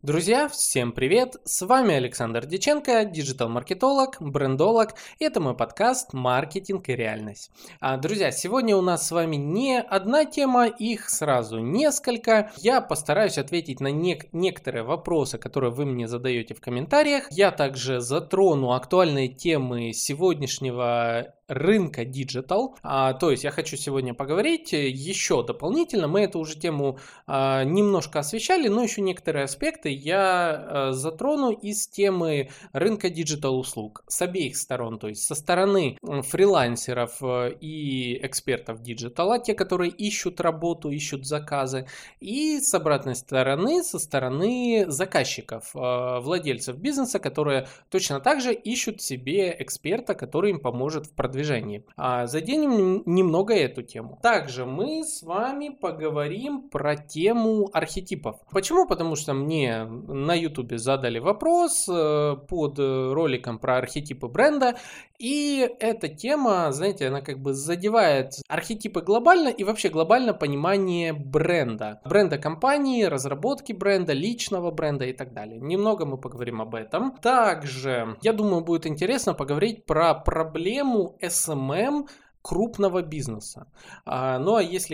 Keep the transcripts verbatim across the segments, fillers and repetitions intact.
Друзья, всем привет! С вами Александр Дьяченко, диджитал-маркетолог, брендолог, и это мой подкаст «Маркетинг и реальность». А, Друзья, сегодня у нас с вами не одна тема, их сразу несколько. Я постараюсь ответить на нек- некоторые вопросы, которые вы мне задаете в комментариях. Я также затрону актуальные темы сегодняшнего рынка диджитал. А, то есть я хочу сегодня поговорить еще дополнительно. Мы эту уже тему а, немножко освещали, но еще некоторые аспекты я а, затрону из темы рынка диджитал услуг с обеих сторон. То есть со стороны фрилансеров и экспертов диджитала, те, которые ищут работу, ищут заказы, и с обратной стороны, со стороны заказчиков, владельцев бизнеса, которые точно так же ищут себе эксперта, который им поможет в продвижении. А, заденем немного эту тему. Также мы с вами поговорим про тему архетипов. Почему? Потому что мне на YouTube задали вопрос э, под роликом про архетипы бренда, и эта тема, знаете, она как бы задевает архетипы глобально и вообще глобально понимание бренда. Бренда компании, разработки бренда, личного бренда и так далее. Немного мы поговорим об этом. Также, я думаю, будет интересно поговорить про проблему эс эм эм крупного бизнеса. А, ну а если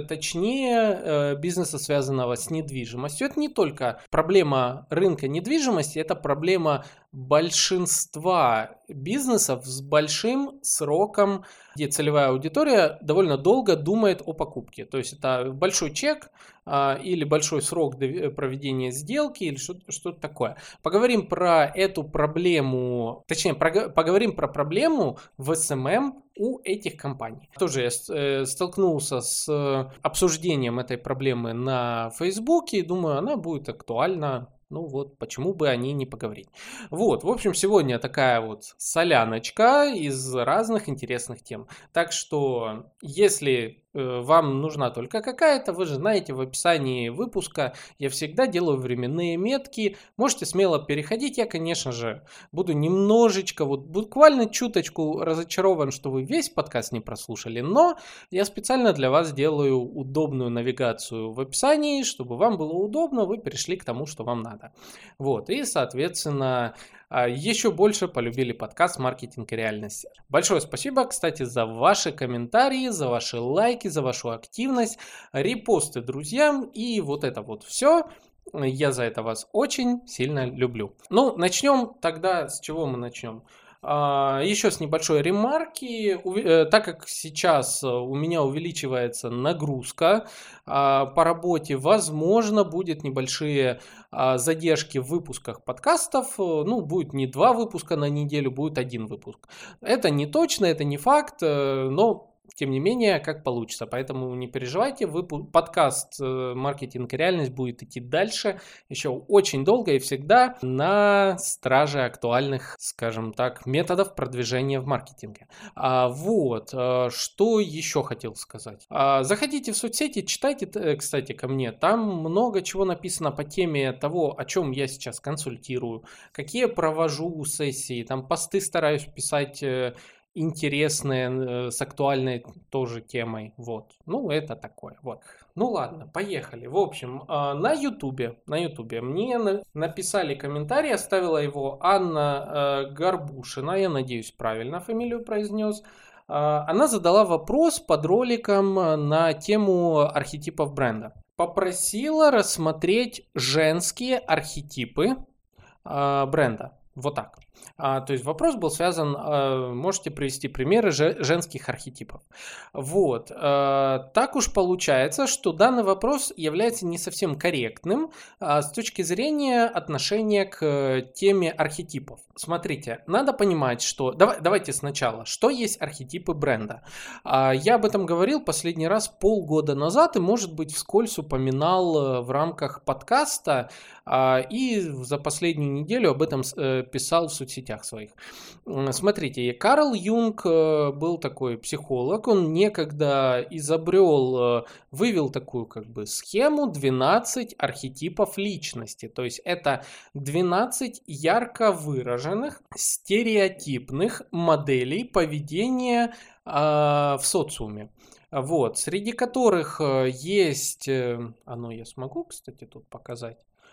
точнее, бизнеса, связанного с недвижимостью, это не только проблема рынка недвижимости, это проблема большинства бизнесов с большим сроком, где целевая аудитория довольно долго думает о покупке. То есть это большой чек а, или большой срок проведения сделки или что-то, что-то такое. Поговорим про эту проблему, точнее, про, поговорим про проблему в эс эм эм у этих компаний. Тоже я э, столкнулся с обсуждением этой проблемы на Фейсбуке и думаю, она будет актуальна. Ну вот, почему бы о ней не поговорить. Вот, в общем, сегодня такая вот соляночка из разных интересных тем. Так что, если э, вам нужна только какая-то, вы же знаете, в описании выпуска я всегда делаю временные метки. Можете смело переходить. Я, конечно же, буду немножечко, вот буквально чуточку разочарован, что вы весь подкаст не прослушали, но я специально для вас делаю удобную навигацию в описании, чтобы вам было удобно, вы перешли к тому, что вам надо. Вот, и, соответственно, еще больше полюбили подкаст «Маркетинг и реальность». Большое спасибо, кстати, за ваши комментарии, за ваши лайки, за вашу активность, репосты друзьям и вот это вот все. Я за это вас очень сильно люблю. Ну, начнем тогда, с чего мы начнем? Еще с небольшой ремарки, так как сейчас у меня увеличивается нагрузка по работе, возможно, будут небольшие задержки в выпусках подкастов, ну, будет не два выпуска на неделю, будет один выпуск. Это не точно, это не факт, но... Тем не менее, как получится. Поэтому не переживайте, вы, подкаст «Маркетинг и реальность» будет идти дальше еще очень долго и всегда на страже актуальных, скажем так, методов продвижения в маркетинге. А, вот, что еще хотел сказать. А, заходите в соцсети, читайте, кстати, ко мне. Там много чего написано по теме того, о чем я сейчас консультирую, какие провожу сессии, там посты стараюсь писать интересные, с актуальной тоже темой, вот, ну, это такое, вот. Ну, ладно, поехали, в общем, на ютубе, на ютубе мне написали комментарий, оставила его Анна Горбушина, я надеюсь, правильно фамилию произнес. Она задала вопрос под роликом на тему архетипов бренда. Попросила рассмотреть женские архетипы бренда, вот так. А, то есть вопрос был связан, а, можете привести примеры же, женских архетипов. Вот. А, так уж получается, что данный вопрос является не совсем корректным а, с точки зрения отношения к теме архетипов. Смотрите, надо понимать, что... Давай, давайте сначала. Что есть архетипы бренда? А, я об этом говорил последний раз полгода назад и, может быть, вскользь упоминал в рамках подкаста а, и за последнюю неделю об этом э, писал в соцсетях своих. Смотрите, Карл Юнг был такой психолог, он некогда изобрел, вывел такую как бы схему двенадцать архетипов личности, то есть это двенадцать ярко выраженных стереотипных моделей поведения э, в социуме. Вот, среди которых есть, а ну я смогу, кстати, тут показать.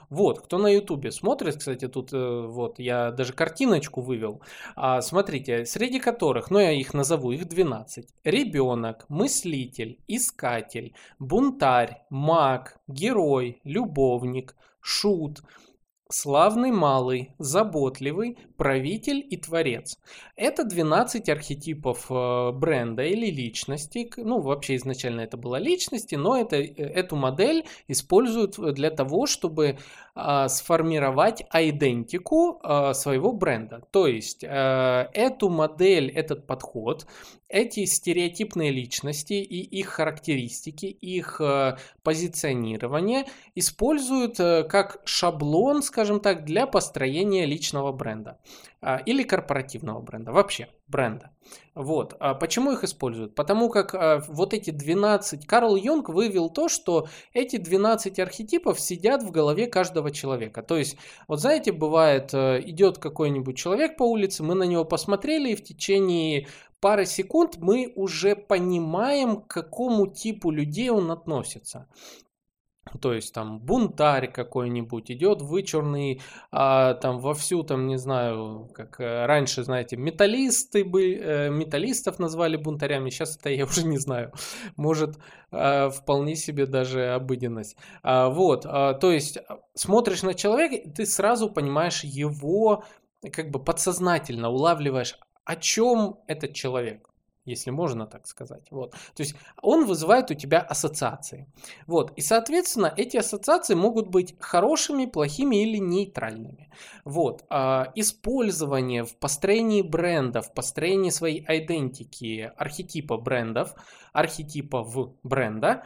Вот, кто на ютубе смотрит, кстати, тут э, вот я даже картиночку вывел. А, смотрите, среди которых, ну я их назову, их двенадцать. Ребенок, мыслитель, искатель, бунтарь, маг, герой, любовник, шут, славный малый, заботливый, правитель и творец. Это двенадцать архетипов э, бренда или личности. К- Ну, вообще изначально это было личности, но это, э, эту модель используют для того, чтобы а, сформировать айдентику а, своего бренда. То есть э, эту модель, этот подход, эти стереотипные личности и их характеристики, их э, позиционирование используют э, как шаблон, скажем так, для построения личного бренда а, или корпоративного бренда, вообще бренда. Вот. А почему их используют? Потому как а, вот эти двенадцать... Карл Юнг вывел то, что эти двенадцать архетипов сидят в голове каждого человека. То есть, вот знаете, бывает, э, идет какой-нибудь человек по улице, мы на него посмотрели, и в течение пары секунд мы уже понимаем, к какому типу людей он относится. То есть там бунтарь какой-нибудь идет вычурный, а, там вовсю, там не знаю, как э, раньше, знаете, металлисты бы, э, металлистов назвали бунтарями, сейчас это я уже не знаю, может э, вполне себе даже обыденность. А, вот, а, то есть а, смотришь на человека, и ты сразу понимаешь его, как бы подсознательно улавливаешь, о чем этот человек. Если можно так сказать. Вот. То есть он вызывает у тебя ассоциации. Вот. И, соответственно, эти ассоциации могут быть хорошими, плохими или нейтральными. Вот. А, использование в построении бренда, в построении своей идентики, архетипа брендов, архетипов бренда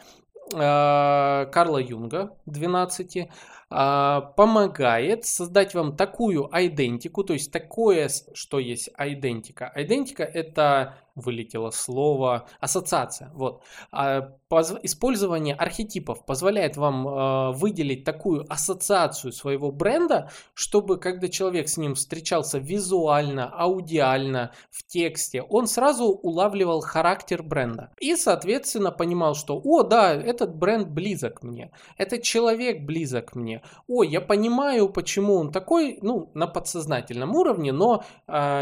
а, Карла Юнга, двенадцать, а, помогает создать вам такую идентику, то есть такое, что есть идентика. Идентика это вылетело слово ассоциация. Вот. А, поз- использование архетипов позволяет вам а, выделить такую ассоциацию своего бренда, чтобы когда человек с ним встречался визуально, аудиально, в тексте, он сразу улавливал характер бренда. И, соответственно, понимал, что, о, да, этот бренд близок мне, этот человек близок мне. О, я понимаю, почему он такой, ну, на подсознательном уровне, но а,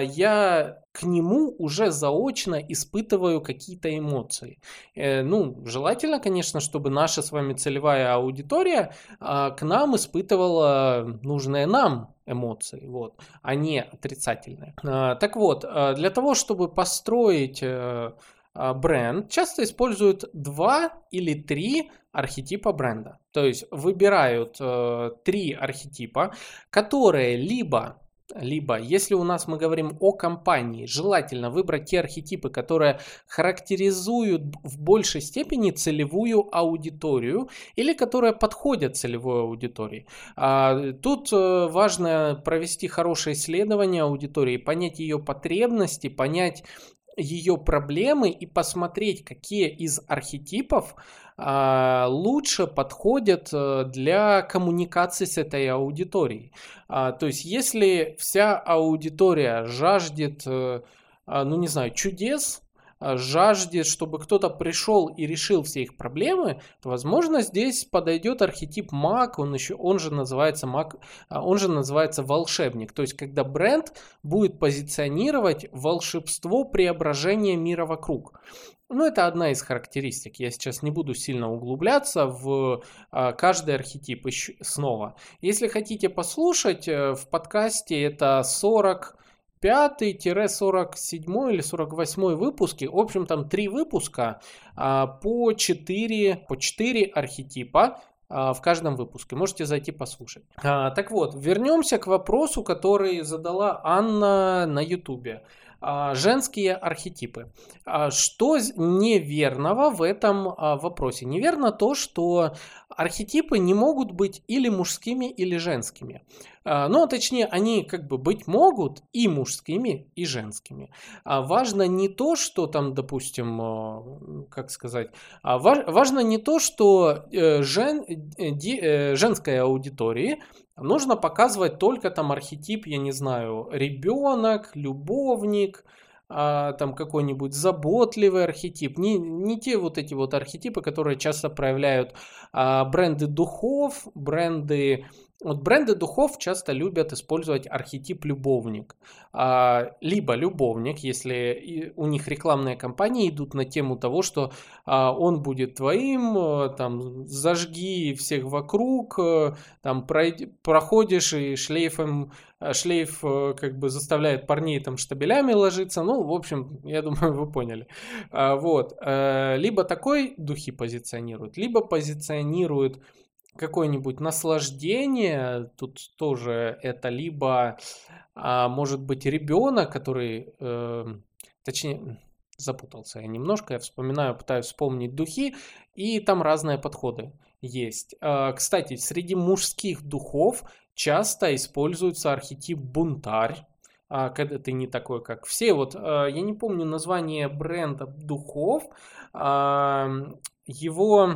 я к нему уже заочно испытываю какие-то эмоции. Э, ну, желательно, конечно, чтобы наша с вами целевая аудитория а, к нам испытывала нужные нам эмоции, вот, а не отрицательные. А, так вот, а, для того, чтобы построить э, а, бренд, часто используют два или три архетипа бренда. То есть выбирают э, три архетипа, которые либо либо, если у нас мы говорим о компании, желательно выбрать те архетипы, которые характеризуют в большей степени целевую аудиторию или которые подходят целевой аудитории. А, тут э, важно провести хорошее исследование аудитории, понять ее потребности, понять ее проблемы и посмотреть, какие из архетипов а, лучше подходят э, для коммуникации с этой аудиторией. А, то есть, если вся аудитория жаждет, э, а, ну не знаю, чудес, а, жаждет, чтобы кто-то пришел и решил все их проблемы, то, возможно, здесь подойдет архетип маг, он еще, он же называется маг, а, он же называется волшебник. То есть, когда бренд будет позиционировать волшебство преображения мира вокруг. Ну, это одна из характеристик. Я сейчас не буду сильно углубляться в а, каждый архетип еще, снова. Если хотите послушать, э, в подкасте это сорок пятый-сорок седьмой или сорок восьмой выпуски. В общем, там три выпуска а, по четыре, по четыре архетипа а, в каждом выпуске. Можете зайти послушать. А, так вот, вернемся к вопросу, который задала Анна на ютубе. А, женские архетипы. А, что з- неверного в этом а, вопросе? Неверно то, что архетипы не могут быть или мужскими, или женскими. А, Ну, точнее, они как бы быть могут и мужскими, и женскими. А важно не то, что там, допустим, а, как сказать, а ва- важно не то, что э, жен, э, де- э, женской аудитории нужно показывать только там архетип, я не знаю, ребенок, любовник, а, там какой-нибудь заботливый архетип. Не, не те вот эти вот архетипы, которые часто проявляют а, бренды духов, бренды Вот бренды духов часто любят использовать архетип любовник. А, либо любовник, если у них рекламные кампании идут на тему того, что а, он будет твоим, а, там, зажги всех вокруг, а, там, пройди, проходишь и шлейфом, шлейф как бы заставляет парней там штабелями ложиться. Ну, в общем, я думаю, вы поняли. А, вот. А, либо такой духи позиционируют, либо позиционируют какое-нибудь наслаждение, тут тоже это либо, а, может быть, ребенок, который, э, точнее, запутался я немножко, я вспоминаю, пытаюсь вспомнить духи, и там разные подходы есть. А, кстати, среди мужских духов часто используется архетип бунтарь, а, когда ты не такой, как все. Вот а, я не помню название бренда духов, а, его...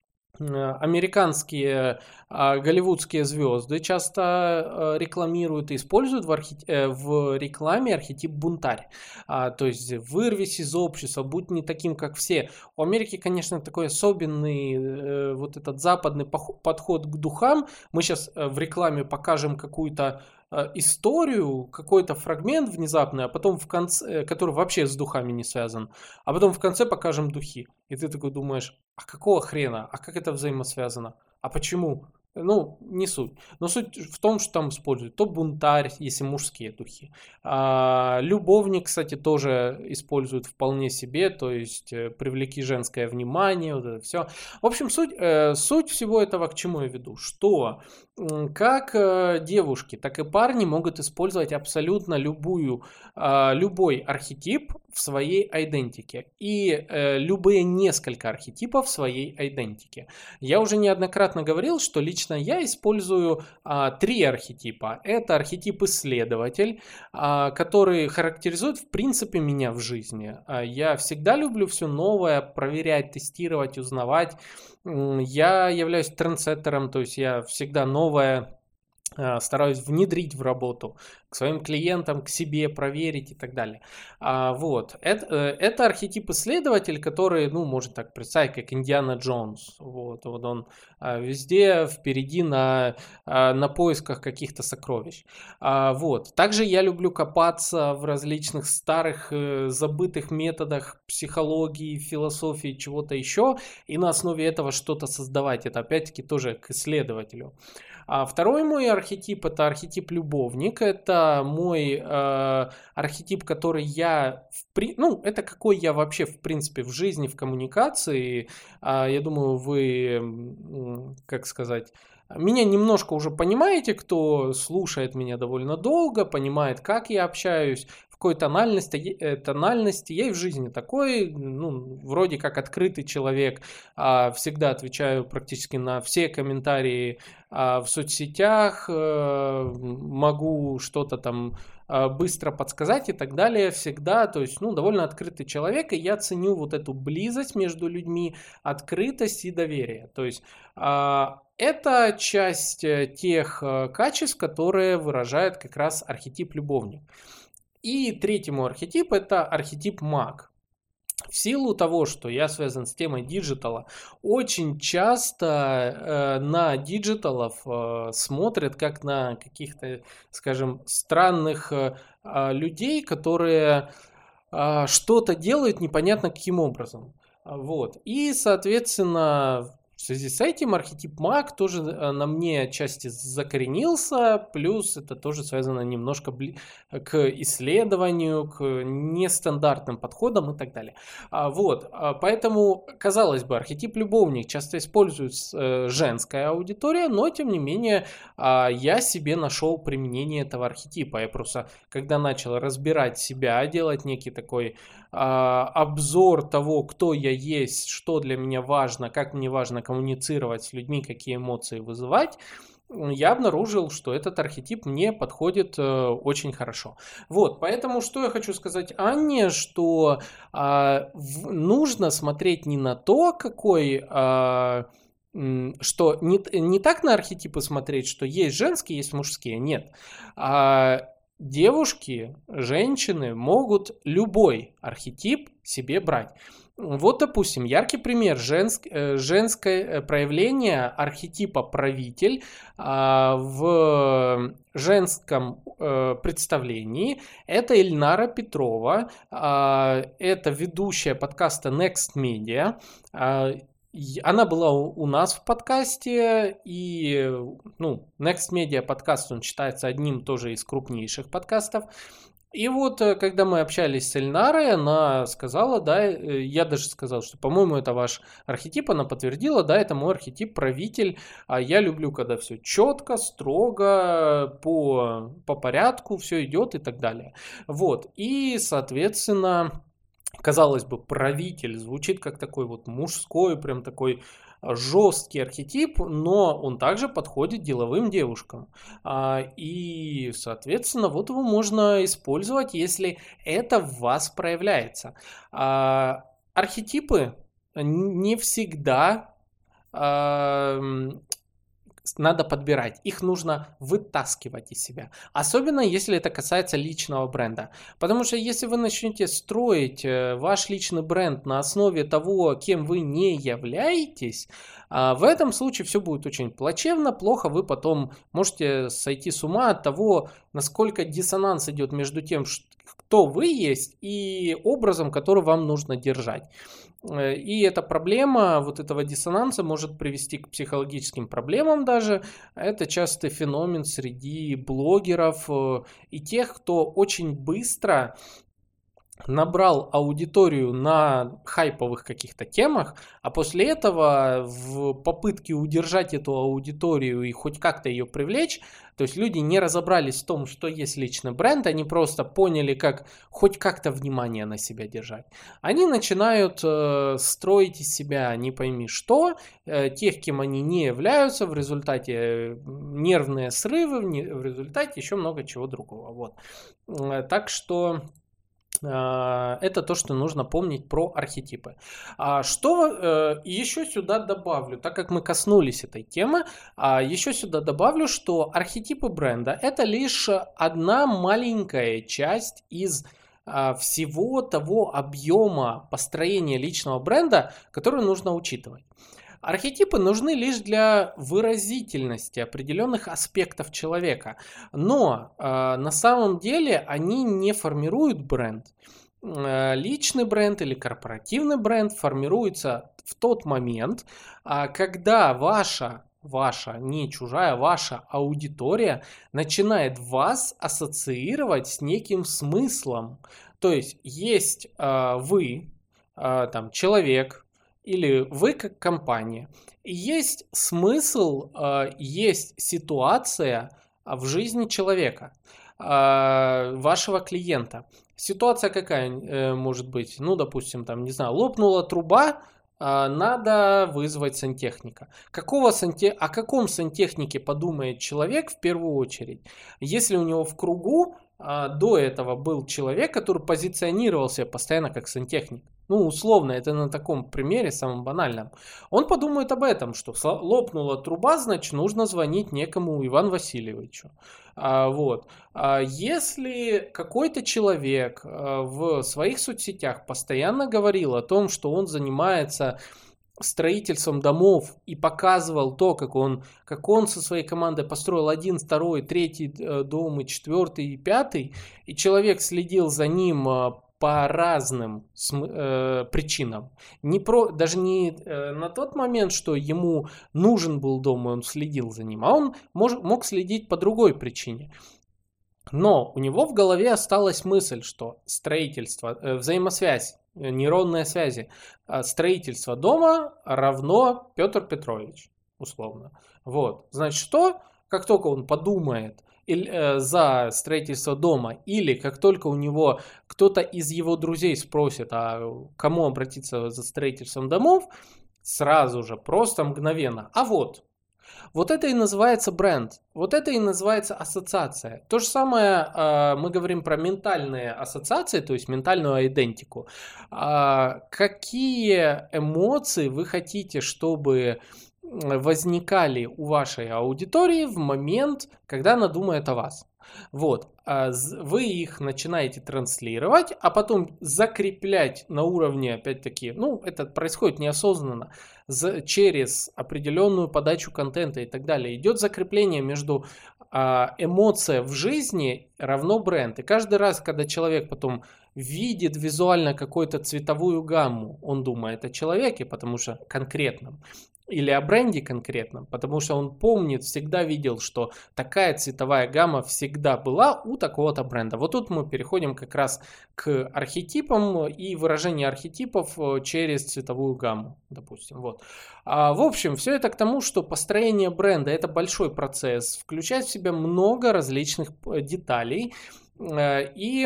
Американские а, голливудские звезды часто а, рекламируют и используют в, архи... э, в рекламе архетип бунтарь. А, то есть вырвись из общества, будь не таким, как все. У Америки, конечно, такой особенный э, вот этот западный пох... подход к духам. Мы сейчас в рекламе покажем какую-то историю, какой-то фрагмент внезапный, а потом в конце, который вообще с духами не связан, а потом в конце покажем духи. И ты такой думаешь, а какого хрена? А как это взаимосвязано? А почему? Ну, не суть. Но суть в том, что там используют то бунтарь, если мужские духи. А, любовник, кстати, тоже используют вполне себе, то есть э, привлеки женское внимание, вот это все. В общем, суть, э, суть всего этого к чему я веду? Что э, как э, девушки, так и парни могут использовать абсолютно любую, э, любой архетип в своей идентике. И э, любые несколько архетипов в своей идентике. Я уже неоднократно говорил, что лично я использую а, три архетипа. Это архетип исследователь, а, который характеризует в принципе меня в жизни. А, я всегда люблю все новое, проверять, тестировать, узнавать. Я являюсь трендсеттером, то есть я всегда новое стараюсь внедрить в работу к своим клиентам, к себе, проверить и так далее. А, вот. Это, это архетип исследователь, который, ну, можно так представить, как Индиана Джонс. Вот, вот он а, везде впереди на, а, на поисках каких-то сокровищ. А, вот. Также я люблю копаться в различных старых э, забытых методах психологии, философии, чего-то еще, и на основе этого что-то создавать. Это опять-таки тоже к исследователю. А второй мой архетип — это архетип любовник. Это мой э, архетип, который я, в при... ну, это какой я вообще в принципе в жизни, в коммуникации. А, я думаю, вы, как сказать, меня немножко уже понимаете, кто слушает меня довольно долго, понимает, как я общаюсь, в какой тональности, тональности. Я и в жизни такой, ну, вроде как открытый человек, всегда отвечаю практически на все комментарии в соцсетях, могу что-то там быстро подсказать и так далее, всегда, то есть, ну, довольно открытый человек, и я ценю вот эту близость между людьми, открытость и доверие, то есть это часть тех качеств, которые выражают как раз архетип любовник. И третий мой архетип — это архетип маг. В силу того, что я связан с темой диджитала, очень часто э, на диджиталов э, смотрят как на каких-то, скажем, странных э, людей, которые э, что-то делают непонятно каким образом. Вот. И, соответственно, в связи с этим архетип маг тоже на мне отчасти закоренился, плюс это тоже связано немножко к исследованию, к нестандартным подходам и так далее. Вот, поэтому, казалось бы, архетип любовник часто использует женская аудитория, но тем не менее я себе нашел применение этого архетипа. Я просто, когда начал разбирать себя, делать некий такой обзор того, кто я есть, что для меня важно, как мне важно коммуницировать с людьми, какие эмоции вызывать, я обнаружил, что этот архетип мне подходит э, очень хорошо. Вот, поэтому что я хочу сказать Анне, что э, в, нужно смотреть не на то, какой... Э, что не, не так на архетипы смотреть, что есть женские, есть мужские, нет. А девушки, женщины могут любой архетип себе брать. Вот, допустим, яркий пример женск, э, женское проявление архетипа правитель а, в женском э, представлении. Это Ильнара Петрова, а, это ведущая подкаста Next Media. А, и она была у, у нас в подкасте, и ну, Next Media подкаст, он считается одним тоже из крупнейших подкастов. И вот, э, когда мы общались с Эльнарой, она сказала, да, э, я даже сказал, что, по-моему, это ваш архетип, она подтвердила, да, это мой архетип правитель, а я люблю, когда все четко, строго, по, по порядку, все идет и так далее. Вот, и, соответственно, казалось бы, правитель звучит как такой вот мужской, прям такой жесткий архетип, но он также подходит деловым девушкам. А, И, соответственно, вот его можно использовать, если это в вас проявляется. А, Архетипы не всегда а, м, надо подбирать, их нужно вытаскивать из себя. Особенно если это касается личного бренда. Потому что если вы начнете строить э, ваш личный бренд на основе того, кем вы не являетесь, а, в этом случае все будет очень плачевно, плохо. Вы потом можете сойти с ума от того, насколько диссонанс идет между тем, ш- кто вы есть, и образом, который вам нужно держать. Э, И эта проблема вот этого диссонанса может привести к психологическим проблемам даже. Это частый феномен среди блогеров э, и тех, кто очень быстро набрал аудиторию на хайповых каких-то темах, а после этого в попытке удержать эту аудиторию и хоть как-то ее привлечь, то есть люди не разобрались в том, что есть личный бренд, они просто поняли, как хоть как-то внимание на себя держать. Они начинают э, строить из себя не пойми что, э, тех, кем они не являются, в результате э, нервные срывы, в, не, в результате еще много чего другого. Вот. Э, Так что... Это то, что нужно помнить про архетипы. А что э, еще сюда добавлю, так как мы коснулись этой темы, а еще сюда добавлю, что архетипы бренда это лишь одна маленькая часть из а, всего того объема построения личного бренда, который нужно учитывать. Архетипы нужны лишь для выразительности определенных аспектов человека, но э, на самом деле они не формируют бренд. Э, личный бренд или корпоративный бренд формируется в тот момент, э, когда ваша ваша, не чужая, ваша аудитория начинает вас ассоциировать с неким смыслом. То есть есть э, вы, э, там, человек, или вы как компания. Есть смысл, э, есть ситуация в жизни человека, э, вашего клиента. Ситуация какая э, может быть? Ну, допустим, там, не знаю, лопнула труба, э, надо вызвать сантехника. Какого санте... О каком сантехнике подумает человек в первую очередь? Если у него в кругу э, до этого был человек, который позиционировался постоянно как сантехник. Ну, условно, это на таком примере, самом банальном. Он подумает об этом, что лопнула труба, значит, нужно звонить некому Ивану Васильевичу. А, вот. А если какой-то человек а, в своих соцсетях постоянно говорил о том, что он занимается строительством домов и показывал то, как он, как он со своей командой построил один, второй, третий дом, и четвертый, и пятый, и человек следил за ним по разным э, причинам. Не про, даже не э, на тот момент, что ему нужен был дом, и он следил за ним, а он мож, мог следить по другой причине. Но у него в голове осталась мысль, что строительство, э, взаимосвязь, э, нейронные связи, э, строительство дома равно Петр Петрович, условно. Вот. Значит, что? Как только он подумает за строительство дома, или как только у него кто-то из его друзей спросит, а кому обратиться за строительством домов, сразу же, просто мгновенно. А вот, вот это и называется бренд, вот это и называется ассоциация. То же самое мы говорим про ментальные ассоциации, то есть ментальную идентику. Какие эмоции вы хотите, чтобы возникали у вашей аудитории в момент, когда она думает о вас. Вот, вы их начинаете транслировать, а потом закреплять на уровне, опять-таки, ну, это происходит неосознанно, через определенную подачу контента и так далее. Идет закрепление между эмоция в жизни равно бренд. И каждый раз, когда человек потом видит визуально какую-то цветовую гамму, он думает о человеке, потому что конкретном, или о бренде конкретном, потому что он помнит, всегда видел, что такая цветовая гамма всегда была у такого-то бренда. Вот тут мы переходим как раз к архетипам и выражению архетипов через цветовую гамму, допустим. Вот. А, в общем, все это к тому, что построение бренда – это большой процесс, включает в себя много различных деталей, и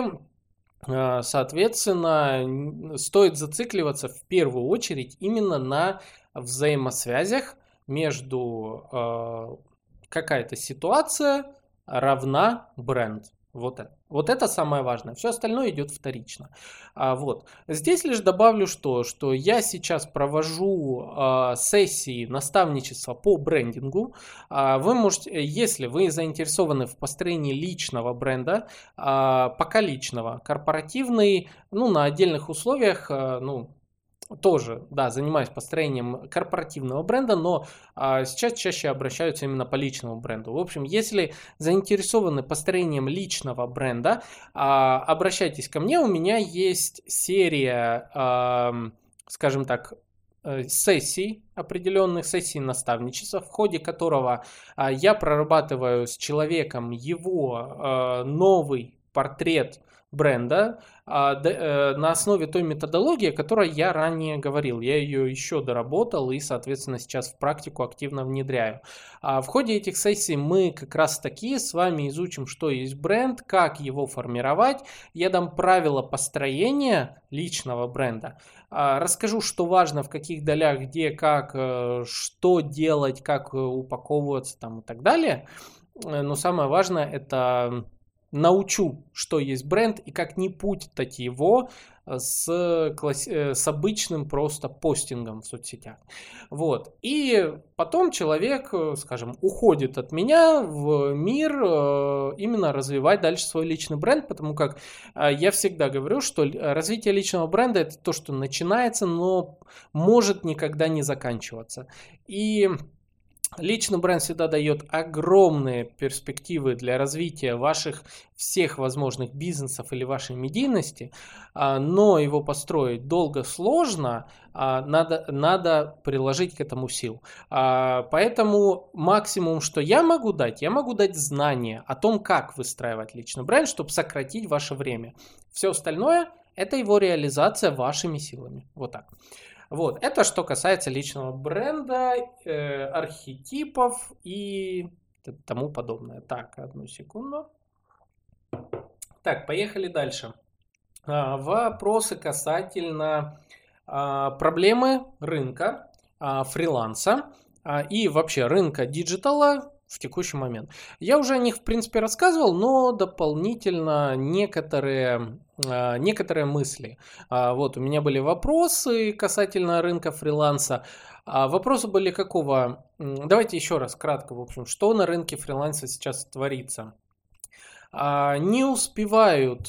соответственно, стоит зацикливаться в первую очередь именно на взаимосвязях между э, какая-то ситуация равна бренд. Вот это. Вот это самое важное. Все остальное идет вторично. А, вот. Здесь лишь добавлю, что, что я сейчас провожу а, сессии наставничества по брендингу. А, вы можете, если вы заинтересованы в построении личного бренда, а, пока личного, корпоративный, ну, на отдельных условиях, а, ну, тоже, да, занимаюсь построением корпоративного бренда, но а, сейчас чаще обращаются именно по личному бренду. В общем, если заинтересованы построением личного бренда, а, обращайтесь ко мне. У меня есть серия, а, скажем так, сессий, определенных сессий наставничества, в ходе которого а, я прорабатываю с человеком его а, новый портрет бренда на основе той методологии, о которой я ранее говорил. Я ее еще доработал и, соответственно, сейчас в практику активно внедряю. В ходе этих сессий мы как раз таки с вами изучим, что есть бренд, как его формировать. Я дам правила построения личного бренда. Расскажу, что важно, в каких долях, где, как, что делать, как упаковываться там и так далее. Но самое важное — это научу, что есть бренд и как не путать его с, класс... с обычным просто постингом в соцсетях. Вот. И потом человек, скажем, уходит от меня в мир именно развивать дальше свой личный бренд, потому как я всегда говорю, что развитие личного бренда — это то, что начинается, но может никогда не заканчиваться. И личный бренд всегда дает огромные перспективы для развития ваших всех возможных бизнесов или вашей медийности, но его построить долго, сложно, надо, надо приложить к этому сил. Поэтому максимум, что я могу дать, я могу дать знания о том, как выстраивать личный бренд, чтобы сократить ваше время. Все остальное – это его реализация вашими силами. Вот так. Вот, это что касается личного бренда, э, архетипов и тому подобное. Так, одну секунду. Так, поехали дальше. А, вопросы касательно а, проблемы рынка, а, фриланса а, и вообще рынка диджитала в текущий момент. Я уже о них, в принципе, рассказывал, но дополнительно некоторые, некоторые мысли. Вот, у меня были вопросы касательно рынка фриланса. Вопросы были какого? Давайте еще раз кратко, в общем, что на рынке фриланса сейчас творится. Не успевают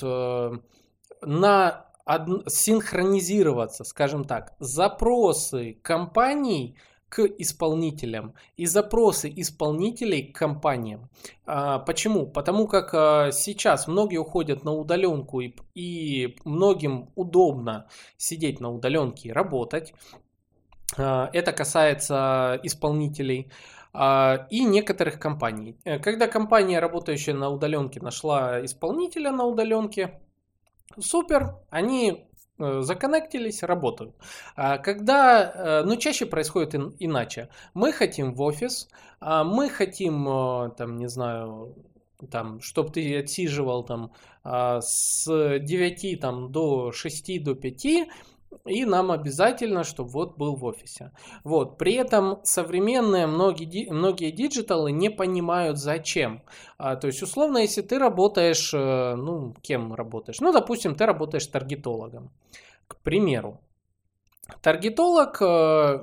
на синхронизироваться, скажем так, запросы компаний к исполнителям и запросы исполнителей к компаниям. А, почему? Потому как а, сейчас многие уходят на удаленку и, и многим удобно сидеть на удаленке и работать. А, это касается исполнителей а, и некоторых компаний. Когда компания, работающая на удаленке, нашла исполнителя на удаленке, супер, они законнектились, работают. Когда, ну, чаще происходит иначе. Мы хотим в офис, мы хотим, там, не знаю, там, чтобы ты отсиживал там с девяти там, до шести, до пяти, и нам обязательно, чтобы вот был в офисе. Вот. При этом современные многие, многие диджиталы не понимают зачем. А, то есть, условно, если ты работаешь, ну, кем работаешь? Ну, допустим, ты работаешь таргетологом. К примеру. Таргетолог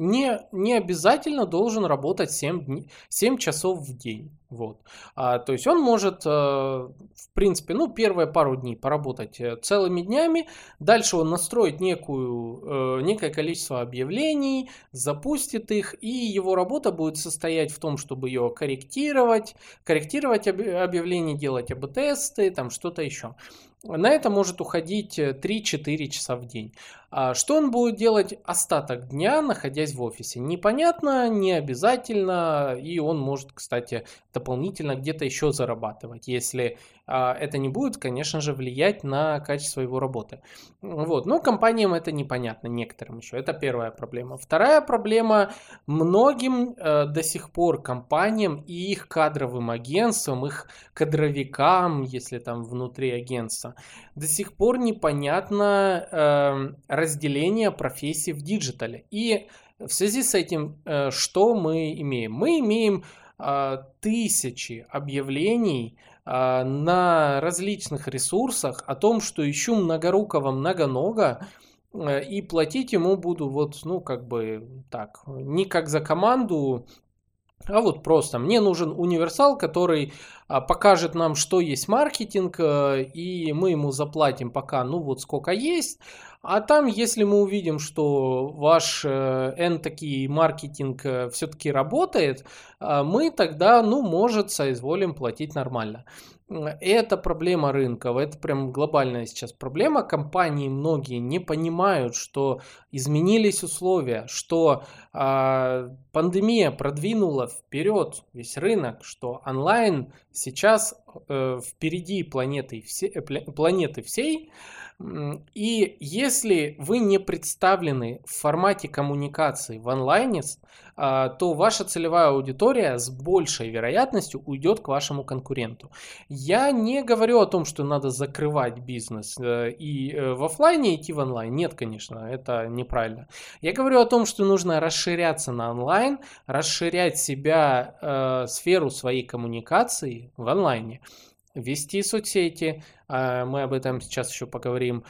не, не обязательно должен работать семь, дней, семь часов в день. Вот. А, то есть он может, в принципе, ну, первые пару дней поработать целыми днями, дальше он настроит некую, некое количество объявлений, запустит их, и его работа будет состоять в том, чтобы ее корректировать, корректировать объявления, делать эй би тесты, там что-то еще. На это может уходить три-четыре часа в день. Что он будет делать остаток дня, находясь в офисе? Непонятно, не обязательно, и он может, кстати, дополнительно где-то еще зарабатывать, если это не будет, конечно же, влиять на качество его работы. Вот. Но компаниям это непонятно, некоторым еще. Это первая проблема. Вторая проблема: многим э, до сих пор компаниям и их кадровым агентствам, их кадровикам, если там внутри агентства, до сих пор непонятно э, разделение профессий в диджитале. И в связи с этим, э, что мы имеем? Мы имеем э, тысячи объявлений э, на различных ресурсах о том, что ищу многорукого многонога, э, и платить ему буду вот, ну, как бы так, не как за команду, а вот просто мне нужен универсал, который а, покажет нам, что есть маркетинг, а, и мы ему заплатим пока, ну вот сколько есть. А там, если мы увидим, что ваш э, N-таки маркетинг э, все-таки работает, э, мы тогда, ну, может, соизволим платить нормально. Это проблема рынка, это прям глобальная сейчас проблема. Компании многие не понимают, что изменились условия, что э, пандемия продвинула вперед весь рынок, что онлайн сейчас э, впереди планеты, все, э, планеты всей. И если вы не представлены в формате коммуникации в онлайне, то ваша целевая аудитория с большей вероятностью уйдет к вашему конкуренту. Я не говорю о том, что надо закрывать бизнес и в офлайне идти в онлайн. Нет, конечно, это неправильно. Я говорю о том, что нужно расширяться на онлайн, расширять себя, э, сферу своей коммуникации в онлайне. Вести соцсети, мы об этом сейчас еще поговорим,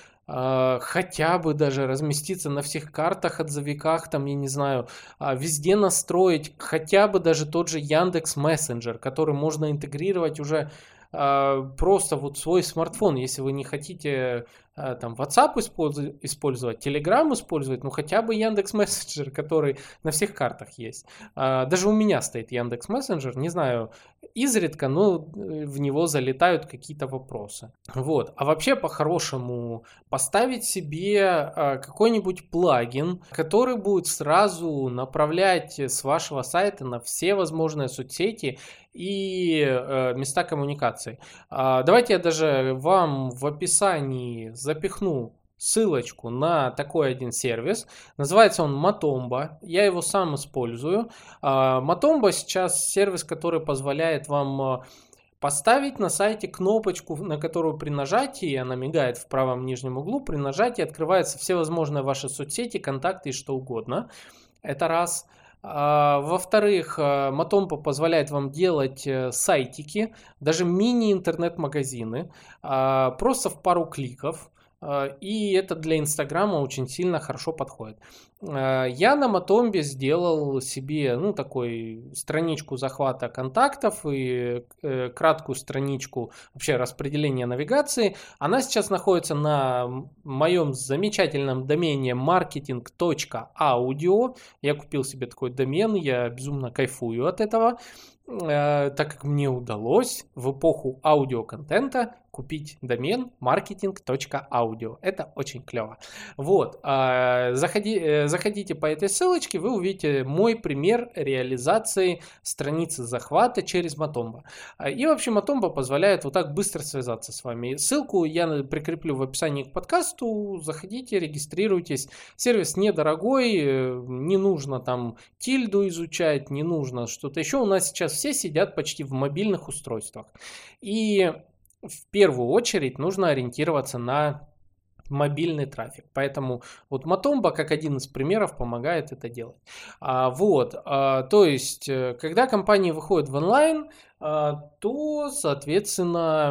хотя бы даже разместиться на всех картах, отзывиках, там, я не знаю, везде настроить хотя бы даже тот же Яндекс Мессенджер, который можно интегрировать уже просто вот свой смартфон, если вы не хотите там WhatsApp использовать, Telegram использовать, ну хотя бы Яндекс Мессенджер, который на всех картах есть. Даже у меня стоит Яндекс Мессенджер, не знаю, изредка, но в него залетают какие-то вопросы. Вот. А вообще, по-хорошему, поставить себе какой-нибудь плагин, который будет сразу направлять с вашего сайта на все возможные соцсети и э, места коммуникации. А, давайте я даже вам в описании запихну ссылочку на такой один сервис. Называется он Matomba. Я его сам использую. А, Matomba сейчас сервис, который позволяет вам поставить на сайте кнопочку, на которую при нажатии, она мигает в правом нижнем углу, при нажатии открываются все возможные ваши соцсети, контакты и что угодно. Это раз. Во-вторых, Matomba позволяет вам делать сайтики, даже мини-интернет-магазины, просто в пару кликов. И это для Инстаграма очень сильно хорошо подходит. Я на Matomba сделал себе, ну, такой страничку захвата контактов и э, краткую страничку вообще распределения навигации. Она сейчас находится на моем замечательном домене маркетинг точка аудио. Я купил себе такой домен, я безумно кайфую от этого, э, так как мне удалось в эпоху аудиоконтента купить домен маркетинг точка аудио. Это очень клево. Вот. Заходи, заходите по этой ссылочке, вы увидите мой пример реализации страницы захвата через Matomba. И вообще Matomba позволяет вот так быстро связаться с вами. Ссылку я прикреплю в описании к подкасту. Заходите, регистрируйтесь. Сервис недорогой, не нужно там тильду изучать, не нужно что-то еще. У нас сейчас все сидят почти в мобильных устройствах. И в первую очередь нужно ориентироваться на мобильный трафик. Поэтому вот Matomba как один из примеров помогает это делать. А, вот, а, то есть, когда компании выходят в онлайн, а, то, соответственно,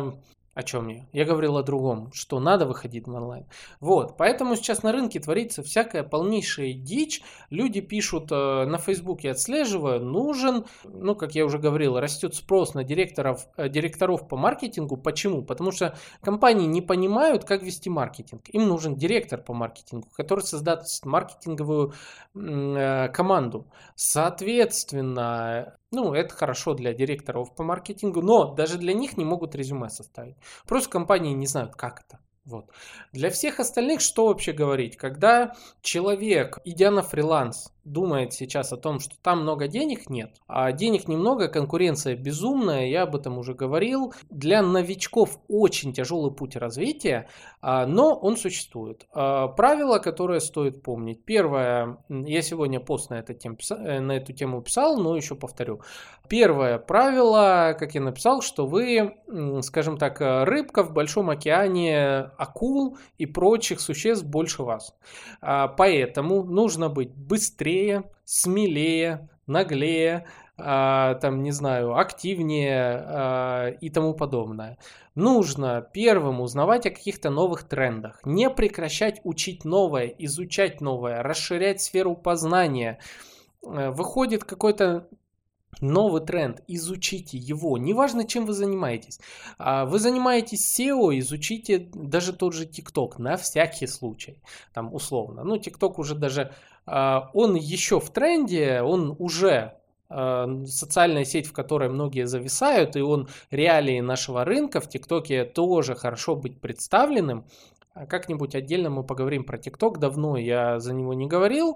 О чем я? Я говорил о другом, что надо выходить в онлайн. Вот, поэтому сейчас на рынке творится всякая полнейшая дичь. Люди пишут э, на Фейсбуке, отслеживаю, нужен, ну, как я уже говорил, растет спрос на директоров, э, директоров по маркетингу. Почему? Потому что компании не понимают, как вести маркетинг. Им нужен директор по маркетингу, который создаст маркетинговую э, команду. Соответственно, ну, это хорошо для директоров по маркетингу, но даже для них не могут резюме составить. Просто компании не знают, как это. Вот. Для всех остальных что вообще говорить? Когда человек, идя на фриланс, думает сейчас о том, что там много денег, нет. А денег немного, конкуренция безумная, я об этом уже говорил. Для новичков очень тяжелый путь развития, но он существует. Правила, которые стоит помнить. Первое, я сегодня пост на, это тем, на эту тему писал, но еще повторю. Первое правило, как я написал, что вы, скажем так, рыбка в большом океане акул и прочих существ больше вас. Поэтому нужно быть быстрее, смелее, наглее, там, не знаю, активнее и тому подобное. Нужно первым узнавать о каких-то новых трендах, не прекращать учить новое, изучать новое, расширять сферу познания. Выходит какой-то новый тренд, изучите его, неважно, чем вы занимаетесь. Вы занимаетесь сео, изучите даже тот же TikTok на всякий случай, там условно. Ну, TikTok уже даже, он еще в тренде, он уже социальная сеть, в которой многие зависают, и он реалии нашего рынка. В ТикТоке тоже хорошо быть представленным. Как-нибудь отдельно мы поговорим про TikTok, давно я за него не говорил.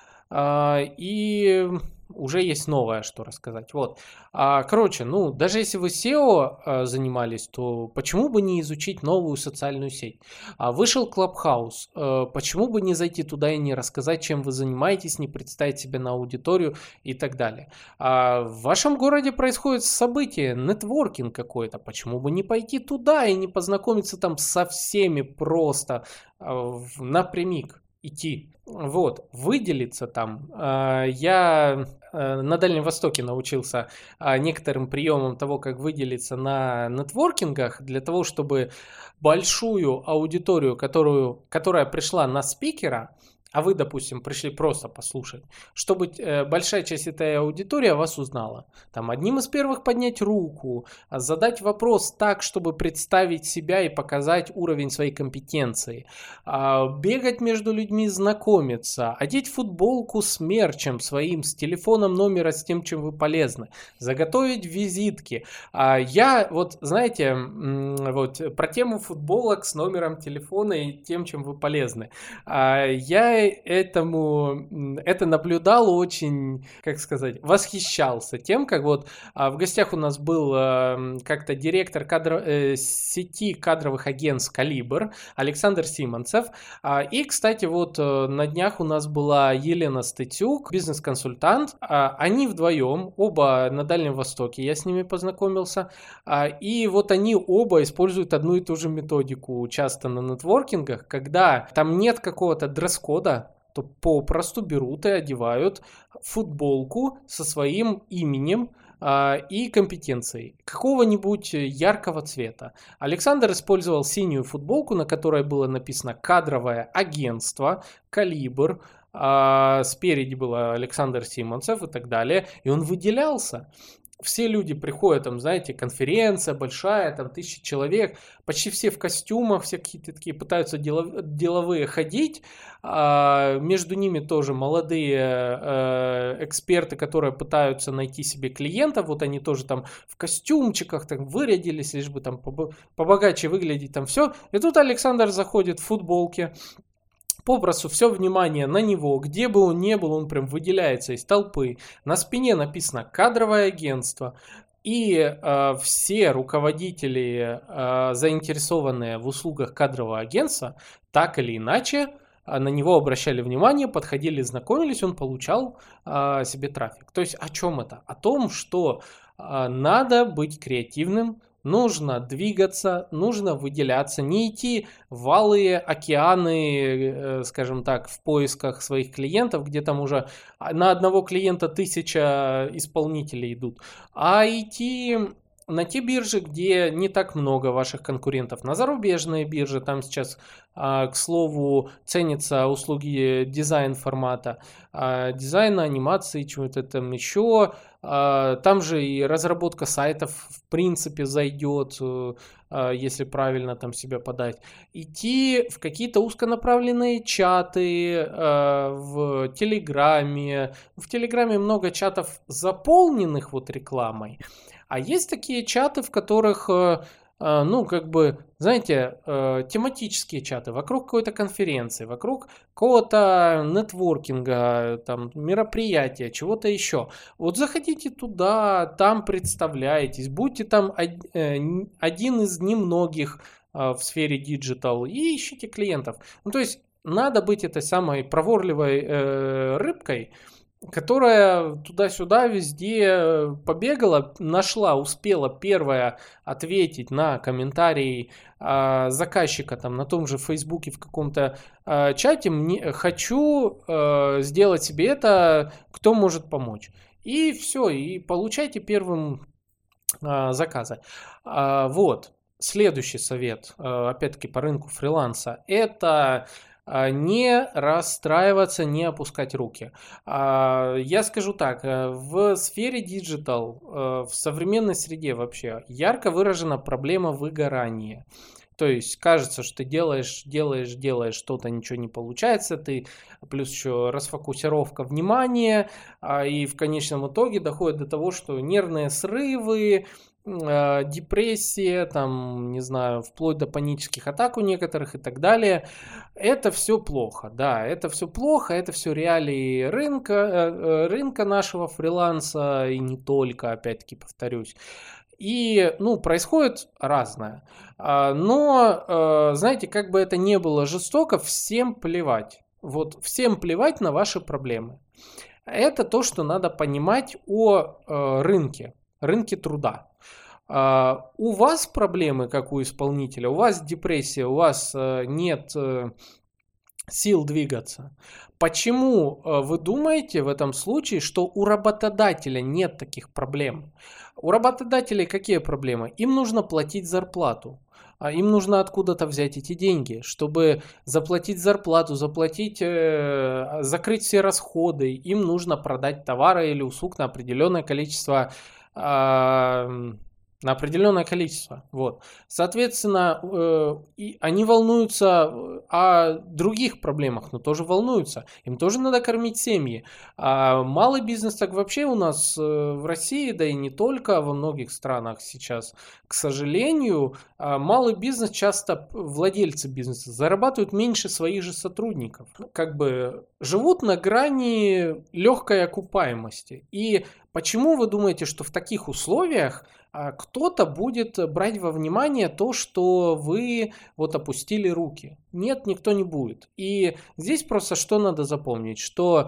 И уже есть новое, что рассказать. Вот. Короче, ну, даже если вы сео занимались, то почему бы не изучить новую социальную сеть? Вышел Clubhouse, почему бы не зайти туда и не рассказать, чем вы занимаетесь, не представить себя на аудиторию и так далее? В вашем городе происходит событие, нетворкинг какой-то, почему бы не пойти туда и не познакомиться там со всеми просто напрямик? Идти. Вот, выделиться там. Я на Дальнем Востоке научился некоторым приемам того, как выделиться на нетворкингах, для того, чтобы большую аудиторию, которую, которая пришла на спикера, а вы, допустим, пришли просто послушать, чтобы большая часть этой аудитории вас узнала. Там одним из первых поднять руку, задать вопрос так, чтобы представить себя и показать уровень своей компетенции, бегать между людьми, знакомиться, одеть футболку с мерчем своим, с телефоном номера, с тем, чем вы полезны, заготовить визитки. Я вот, знаете, вот про тему футболок с номером телефона и тем, чем вы полезны. Я этому, это наблюдал очень, как сказать, восхищался тем, как вот в гостях у нас был как-то директор кадро, сети кадровых агентств «Калибр» Александр Симонцев. И, кстати, вот на днях у нас была Елена Стытюк, бизнес-консультант. Они вдвоем, оба на Дальнем Востоке, я с ними познакомился. И вот они оба используют одну и ту же методику часто на нетворкингах, когда там нет какого-то дресс-кода, то попросту берут и одевают футболку со своим именем э, и компетенцией какого-нибудь яркого цвета. Александр использовал синюю футболку, на которой было написано «Кадровое агентство», «Калибр», э, спереди было Александр Симонцев и так далее, и он выделялся. Все люди приходят, там, знаете, конференция большая, там тысячи человек, почти все в костюмах, все какие-то такие пытаются делов, деловые ходить, а между ними тоже молодые э, эксперты, которые пытаются найти себе клиентов, вот они тоже там в костюмчиках там вырядились, лишь бы там побогаче выглядеть, там все. И тут Александр заходит в футболке, попросту все внимание на него, где бы он ни был, он прям выделяется из толпы. На спине написано «Кадровое агентство». И э, все руководители, э, заинтересованные в услугах кадрового агентства, так или иначе э, на него обращали внимание, подходили, знакомились, он получал э, себе трафик. То есть о чем это? О том, что э, надо быть креативным, нужно двигаться, нужно выделяться, не идти в валые океаны, скажем так, в поисках своих клиентов, где там уже на одного клиента тысяча исполнителей идут, а идти на те биржи, где не так много ваших конкурентов, на зарубежные биржи, там сейчас, к слову, ценятся услуги дизайн формата, дизайна, анимации, чего-то там еще, там же и разработка сайтов в принципе зайдет, если правильно там себя подать. Идти в какие-то узконаправленные чаты, в Телеграме. В Телеграме много чатов, заполненных вот рекламой. А есть такие чаты, в которых, ну, как бы, знаете, тематические чаты вокруг какой-то конференции, вокруг какого-то нетворкинга, там, мероприятия, чего-то еще. Вот заходите туда, там представляетесь, будьте там один из немногих в сфере диджитал и ищите клиентов. Ну, то есть надо быть этой самой проворливой э, рыбкой, которая туда-сюда везде побегала, нашла, успела первая ответить на комментарий э, заказчика там на том же Фейсбуке в каком-то э, чате. Мне, хочу э, сделать себе это, кто может помочь. И все, и получайте первым э, заказы. Э, вот, следующий совет, э, опять-таки по рынку фриланса, это... не расстраиваться, не опускать руки. Я скажу так, в сфере диджитал, в современной среде вообще ярко выражена проблема выгорания. То есть кажется, что ты делаешь, делаешь, делаешь что-то, ничего не получается, ты плюс еще расфокусировка внимания, и в конечном итоге доходит до того, что нервные срывы, депрессия, там, не знаю, вплоть до панических атак у некоторых и так далее. Это все плохо, да, это все плохо, это все реалии рынка, рынка нашего фриланса и не только, опять-таки повторюсь. И, ну, происходит разное. Но, знаете, как бы это ни было жестоко, всем плевать. Вот всем плевать на ваши проблемы. Это то, что надо понимать о рынке, рынке труда. Uh, у вас проблемы, как у исполнителя, у вас депрессия, у вас uh, нет uh, сил двигаться. Почему uh, вы думаете в этом случае, что у работодателя нет таких проблем? У работодателей какие проблемы? Им нужно платить зарплату. Им нужно откуда-то взять эти деньги, чтобы заплатить зарплату, заплатить, э, закрыть все расходы. Им нужно продать товары или услуг на определенное количество э, на определенное количество. Вот. Соответственно, э, и они волнуются о других проблемах, но тоже волнуются. Им тоже надо кормить семьи. А малый бизнес так вообще у нас э, в России, да и не только, во многих странах сейчас, к сожалению, э, малый бизнес часто, владельцы бизнеса, зарабатывают меньше своих же сотрудников. Как бы живут на грани легкой окупаемости. И почему вы думаете, что в таких условиях кто-то будет брать во внимание то, что вы вот опустили руки? Нет, никто не будет. И здесь просто что надо запомнить, что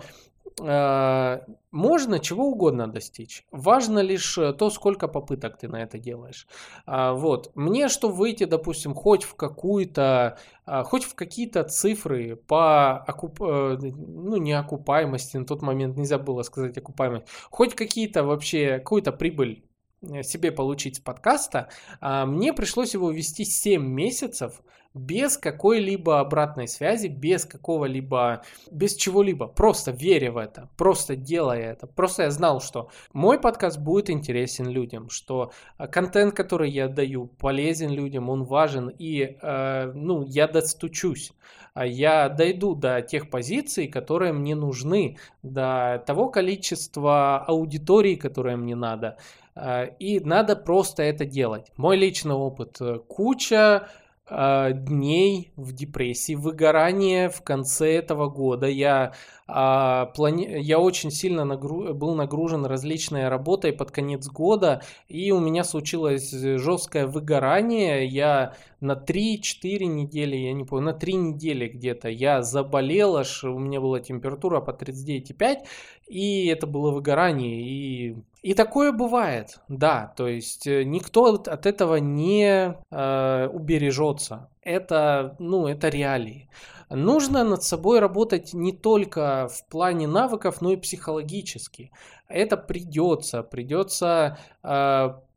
э, можно чего угодно достичь. Важно лишь то, сколько попыток ты на это делаешь. А, вот. Мне, чтобы выйти, допустим, хоть в какую-то, а, хоть в какие-то цифры по окуп... ну, не окупаемости, на тот момент нельзя было сказать окупаемость, хоть какие-то вообще, какую-то прибыль себе получить с подкаста, мне пришлось его вести семь месяцев без какой-либо обратной связи, без какого-либо, без чего-либо, просто веря в это, просто делая это. Просто я знал, что мой подкаст будет интересен людям, что контент, который я даю, полезен людям, он важен, и ну, я достучусь. Я дойду до тех позиций, которые мне нужны, до того количества аудитории, которое мне надо. И надо просто это делать. Мой личный опыт. Куча э, дней в депрессии, выгорание в конце этого года. Я, э, плани... Я очень сильно нагру... был нагружен различной работой под конец года, и у меня случилось жесткое выгорание. Я на три-четыре недели, я не помню, на три недели где-то я заболел, аж у меня была температура по тридцать девять и пять, и это было выгорание, и... И такое бывает, да, то есть никто от этого не э, убережется. Это, ну, это реалии. Нужно над собой работать не только в плане навыков, но и психологически. Это придется, придется э,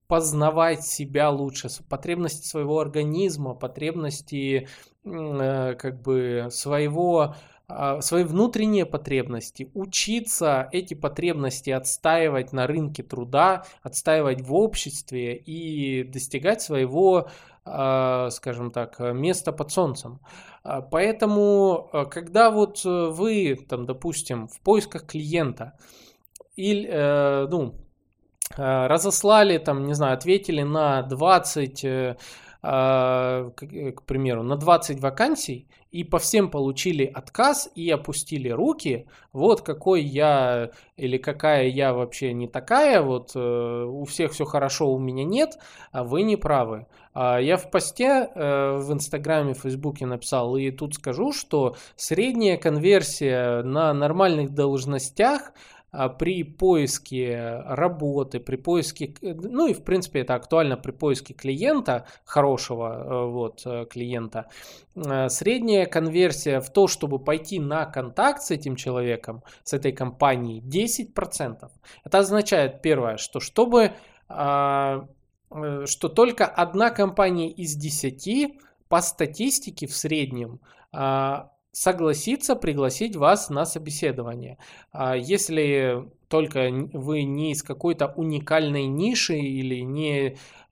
познавать себя лучше, потребности своего организма, потребности как бы своего, свои внутренние потребности, учиться эти потребности отстаивать на рынке труда, отстаивать в обществе и достигать своего, скажем так, места под солнцем. Поэтому, когда вот вы, там, допустим, в поисках клиента или, ну, разослали, там, не знаю, ответили на двадцать, к примеру, на двадцать вакансий и по всем получили отказ и опустили руки, вот какой я или какая я вообще не такая, вот у всех все хорошо, у меня нет, а вы не правы. Я в посте в Инстаграме, в Фейсбуке написал, и тут скажу, что средняя конверсия на нормальных должностях при поиске работы, при поиске, ну и в принципе это актуально при поиске клиента, хорошего вот клиента, средняя конверсия в то, чтобы пойти на контакт с этим человеком, с этой компанией, десять процентов. Это означает, первое, что чтобы, что только одна компания из десяти по статистике в среднем согласится пригласить вас на собеседование. Если только вы не из какой-то уникальной ниши или не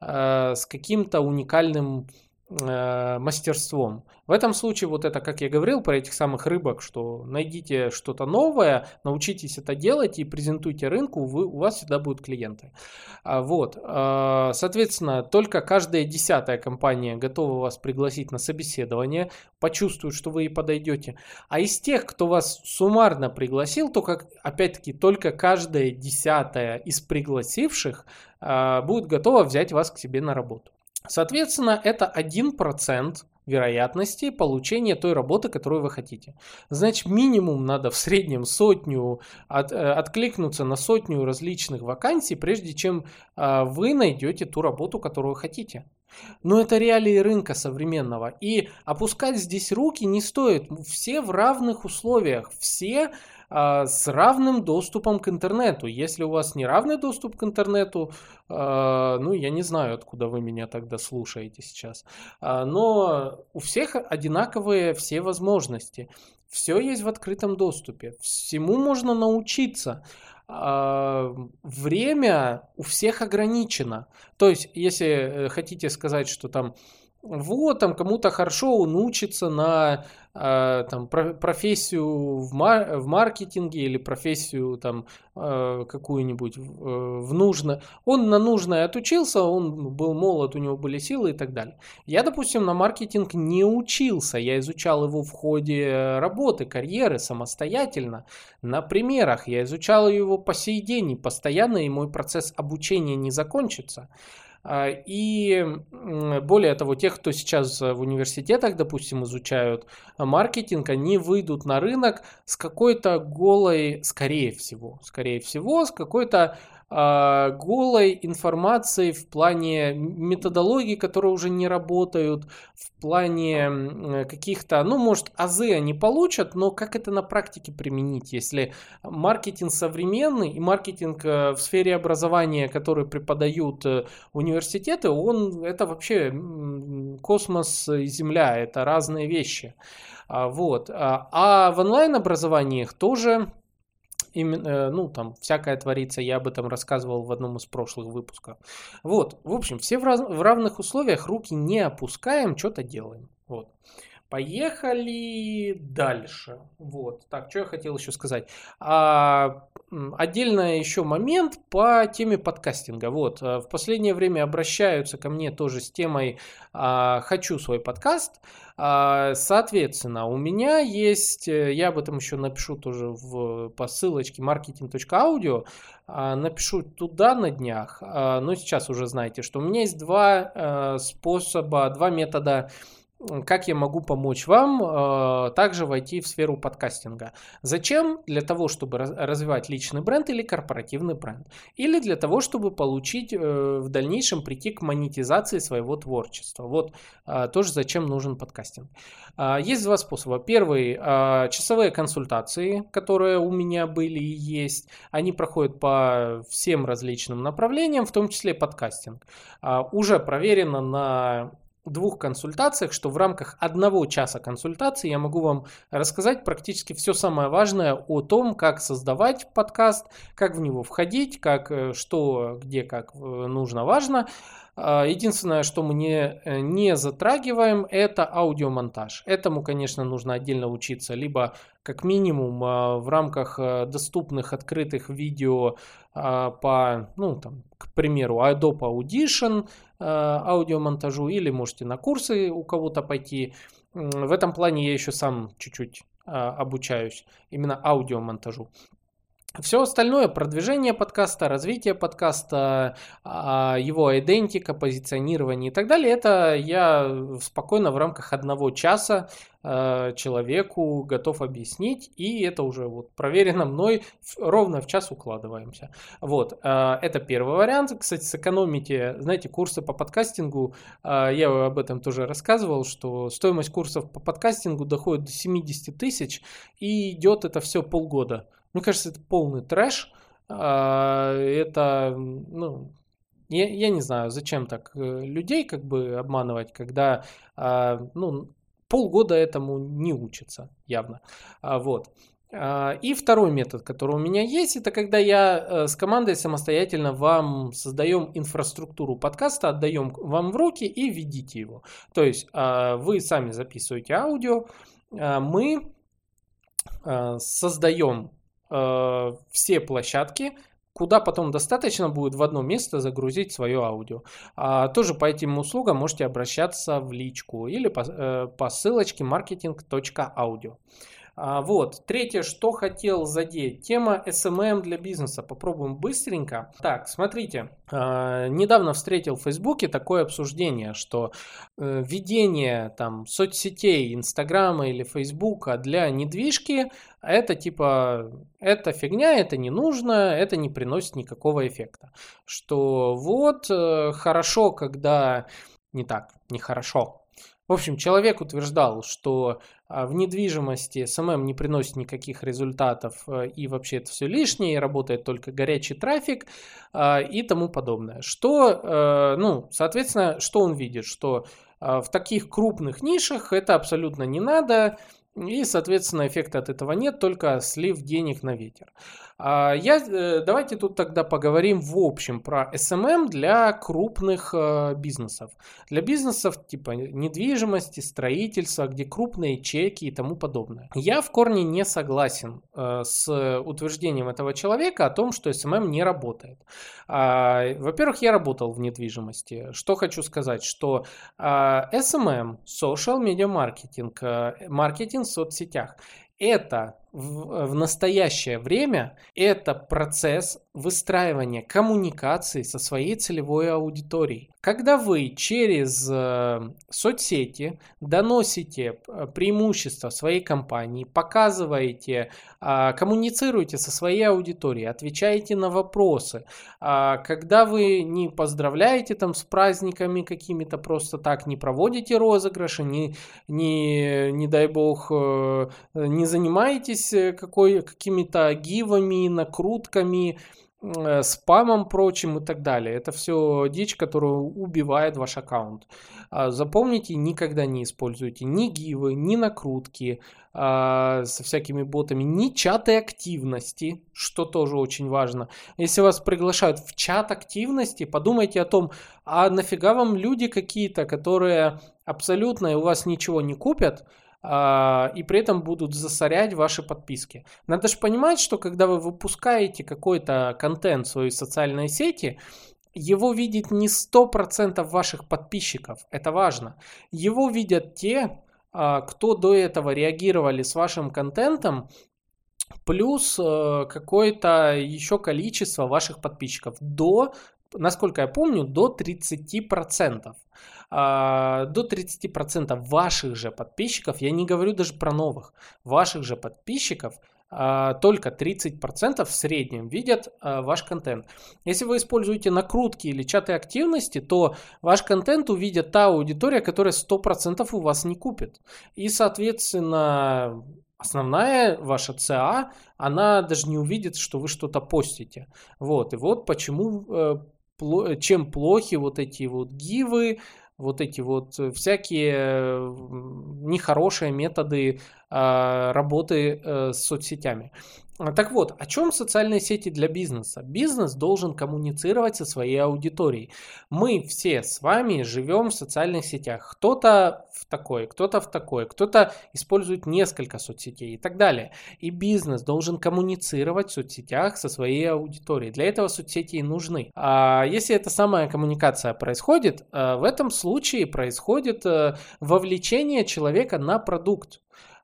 с каким-то уникальным мастерством. В этом случае вот это, как я говорил про этих самых рыбок, что найдите что-то новое, научитесь это делать и презентуйте рынку, вы, у вас всегда будут клиенты. Вот. Соответственно, только каждая десятая компания готова вас пригласить на собеседование, почувствует, что вы ей подойдете. А из тех, кто вас суммарно пригласил, то, как, опять-таки, только каждая десятая из пригласивших будет готова взять вас к себе на работу. Соответственно, это один процент вероятности получения той работы, которую вы хотите. Значит, минимум надо в среднем сотню, от, откликнуться на сотню различных вакансий, прежде чем вы найдете ту работу, которую хотите. Но это реалии рынка современного. И опускать здесь руки не стоит. Все в равных условиях, все с равным доступом к интернету. Если у вас не равный доступ к интернету, ну, я не знаю, откуда вы меня тогда слушаете сейчас. Но у всех одинаковые все возможности. Все есть в открытом доступе. Всему можно научиться. Время у всех ограничено. То есть, если хотите сказать, что там вот, там кому-то хорошо он учится на э, там, про- профессию в, мар- в маркетинге или профессию там э, какую-нибудь э, в нужно. Он на нужное отучился, он был молод, у него были силы и так далее. Я, допустим, на маркетинг не учился, я изучал его в ходе работы, карьеры, самостоятельно, на примерах. Я изучал его по сей день и постоянно, и мой процесс обучения не закончится. И более того, тех, кто сейчас в университетах, допустим, изучают маркетинг, они выйдут на рынок с какой-то голой, скорее всего, скорее всего, с какой-то э, голой информацией в плане методологий, которые уже не работают, в плане каких-то, ну, может, азы они получат, но как это на практике применить, если маркетинг современный и маркетинг в сфере образования, который преподают университеты, он, это вообще космос и Земля, это разные вещи. Вот. А в онлайн-образованиях тоже именно, ну, там всякое творится, я об этом рассказывал в одном из прошлых выпусков. Вот, в общем, все в, раз, в равных условиях, руки не опускаем, что-то делаем. Вот. Поехали дальше. Вот. Так, что я хотел еще сказать. А, отдельно еще момент по теме подкастинга. Вот. В последнее время обращаются ко мне тоже с темой а, «Хочу свой подкаст». А, соответственно, у меня есть, я об этом еще напишу тоже в, по ссылочке маркетинг точка аудио, а, напишу туда на днях, а, но сейчас уже знаете, что у меня есть два а, способа, два метода как я могу помочь вам э, также войти в сферу подкастинга. Зачем? Для того, чтобы раз, развивать личный бренд или корпоративный бренд. Или для того, чтобы получить э, в дальнейшем прийти к монетизации своего творчества. Вот э, тоже зачем нужен подкастинг. Э, есть два способа. Первый э, часовые консультации, которые у меня были и есть. Они проходят по всем различным направлениям, в том числе подкастинг. Э, уже проверено на двух консультациях, что в рамках одного часа консультации я могу вам рассказать практически все самое важное о том, как создавать подкаст, как в него входить, как, что, где, как нужно, важно. Единственное, что мы не, не затрагиваем, это аудиомонтаж. Этому, конечно, нужно отдельно учиться, либо как минимум в рамках доступных открытых видео по, ну, там, к примеру, Adobe Audition аудиомонтажу, или можете на курсы у кого-то пойти. В этом плане я еще сам чуть-чуть обучаюсь именно аудиомонтажу. Все остальное, продвижение подкаста, развитие подкаста, его идентика, позиционирование и так далее, это я спокойно в рамках одного часа человеку готов объяснить, и это уже вот проверено мной, ровно в час укладываемся. Вот, это первый вариант. Кстати, сэкономите, знаете, курсы по подкастингу, я об этом тоже рассказывал, что стоимость курсов по подкастингу доходит до семьдесят тысяч, и идет это все полгода. Мне кажется, это полный трэш. Это, ну, я, я не знаю, зачем так людей как бы обманывать, когда, ну, полгода этому не учатся явно. Вот. И второй метод, который у меня есть, это когда я с командой самостоятельно вам создаем инфраструктуру подкаста, отдаем вам в руки и ведите его. То есть вы сами записываете аудио, мы создаем все площадки, куда потом достаточно будет в одно место загрузить свое аудио. А, тоже по этим услугам можете обращаться в личку или по, э, по ссылочке маркетинг точка аудио. А, вот, третье, что хотел задеть, тема эс эм эм для бизнеса. Попробуем быстренько. Так, смотрите, э, недавно встретил в Фейсбуке такое обсуждение, что э, ведение там соцсетей, Инстаграма или Фейсбука для недвижки, это типа, это фигня, это не нужно, это не приносит никакого эффекта. Что вот, э, хорошо, когда... Не так, не хорошо. В общем, человек утверждал, что в недвижимости эс эм эм не приносит никаких результатов и вообще это все лишнее, и работает только горячий трафик и тому подобное. Что, ну, соответственно, что он видит? Что в таких крупных нишах это абсолютно не надо, и, соответственно, эффекта от этого нет, только слив денег на ветер. Я, давайте тут тогда поговорим в общем про эс эм эм для крупных бизнесов. Для бизнесов типа недвижимости, строительства, где крупные чеки и тому подобное. Я в корне не согласен с утверждением этого человека о том, что эс эм эм не работает. Во-первых, я работал в недвижимости. Что хочу сказать, что эс эм эм, social media marketing, маркетинг в соцсетях, это в, в настоящее время это процесс выстраивания коммуникации со своей целевой аудиторией. Когда вы через э, соцсети доносите преимущества своей компании, показываете, э, коммуницируете со своей аудиторией, отвечаете на вопросы, э, когда вы не поздравляете там с праздниками какими-то просто так, не проводите розыгрыши, не, не, не дай бог, э, не занимаетесь какой, какими-то гивами, накрутками, спамом прочим и так далее. Это все дичь, которая убивает ваш аккаунт. Запомните, никогда не используйте ни гивы, ни накрутки со всякими ботами, ни чаты активности, что тоже очень важно. Если вас приглашают в чат активности, подумайте о том, а нафига вам люди какие-то, которые абсолютно у вас ничего не купят, и при этом будут засорять ваши подписки. Надо же понимать, что когда вы выпускаете какой-то контент в своей социальной сети, его видит не сто процентов ваших подписчиков. Это важно. Его видят те, кто до этого реагировали с вашим контентом, плюс какое-то еще количество ваших подписчиков. До, насколько я помню, до тридцати процентов. а, до тридцати процентов ваших же подписчиков, я не говорю даже про новых, ваших же подписчиков, а, только тридцать процентов в среднем видят а, ваш контент. Если вы используете накрутки или чаты активности, то ваш контент увидит та аудитория, которая сто процентов у вас не купит. И, соответственно, основная ваша ЦА, она даже не увидит, что вы что-то постите. Вот. И вот почему, э, пло- чем плохи вот эти вот гивы, вот эти вот всякие э, нехорошие методы э, работы э, с соцсетями. А, Так вот, о чем социальные сети для бизнеса? Бизнес должен коммуницировать со своей аудиторией. Мы все с вами живем в социальных сетях. Кто-то в такой, кто-то в такой, кто-то использует несколько соцсетей и так далее. И бизнес должен коммуницировать в соцсетях со своей аудиторией. Для этого соцсети и нужны. А если эта самая коммуникация происходит, э, в этом случае происходит э, вовлечение человека на продукт.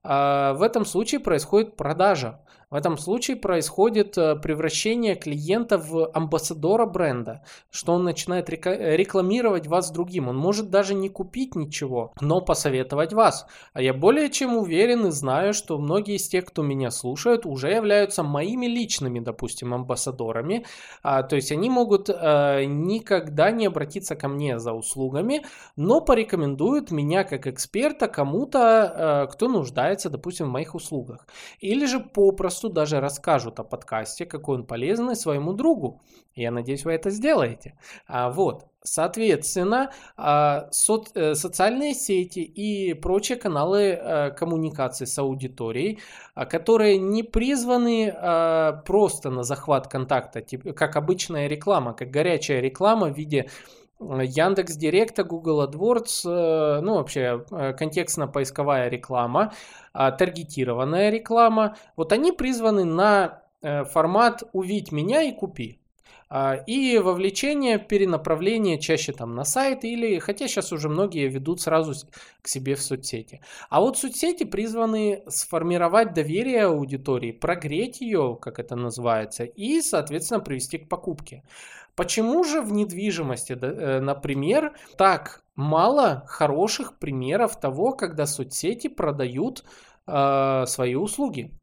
А, В этом случае происходит продажа. В этом случае происходит э, превращение клиента в амбассадора бренда, что он начинает река- рекламировать вас другим. Он может даже не купить ничего, но посоветовать вас. А я более чем уверен и знаю, что многие из тех, кто меня слушают, уже являются моими личными, допустим, амбассадорами. А, то есть они могут э, никогда не обратиться ко мне за услугами, но порекомендуют меня как эксперта кому-то, э, кто нуждается, допустим, в моих услугах. Или же попросту даже расскажут о подкасте, какой он полезный своему другу. Я надеюсь, вы это сделаете. А, вот, соответственно, а, со- э, социальные сети и прочие каналы э, коммуникации с аудиторией, а, которые не призваны а, просто на захват контакта, типа, как обычная реклама, как горячая реклама в виде Яндекс Директа, Google AdWords, э, ну вообще э, контекстно-поисковая реклама, а, таргетированная реклама. Вот они призваны на э, формат «увидь меня и купи». А, И вовлечение, перенаправление чаще там на сайт или, хотя сейчас уже многие ведут сразу с- к себе в соцсети. А вот соцсети призваны сформировать доверие аудитории, прогреть ее, как это называется, и, соответственно, привести к покупке. Почему же в недвижимости, да, э, например, так мало хороших примеров того, когда соцсети продают э, свои услуги?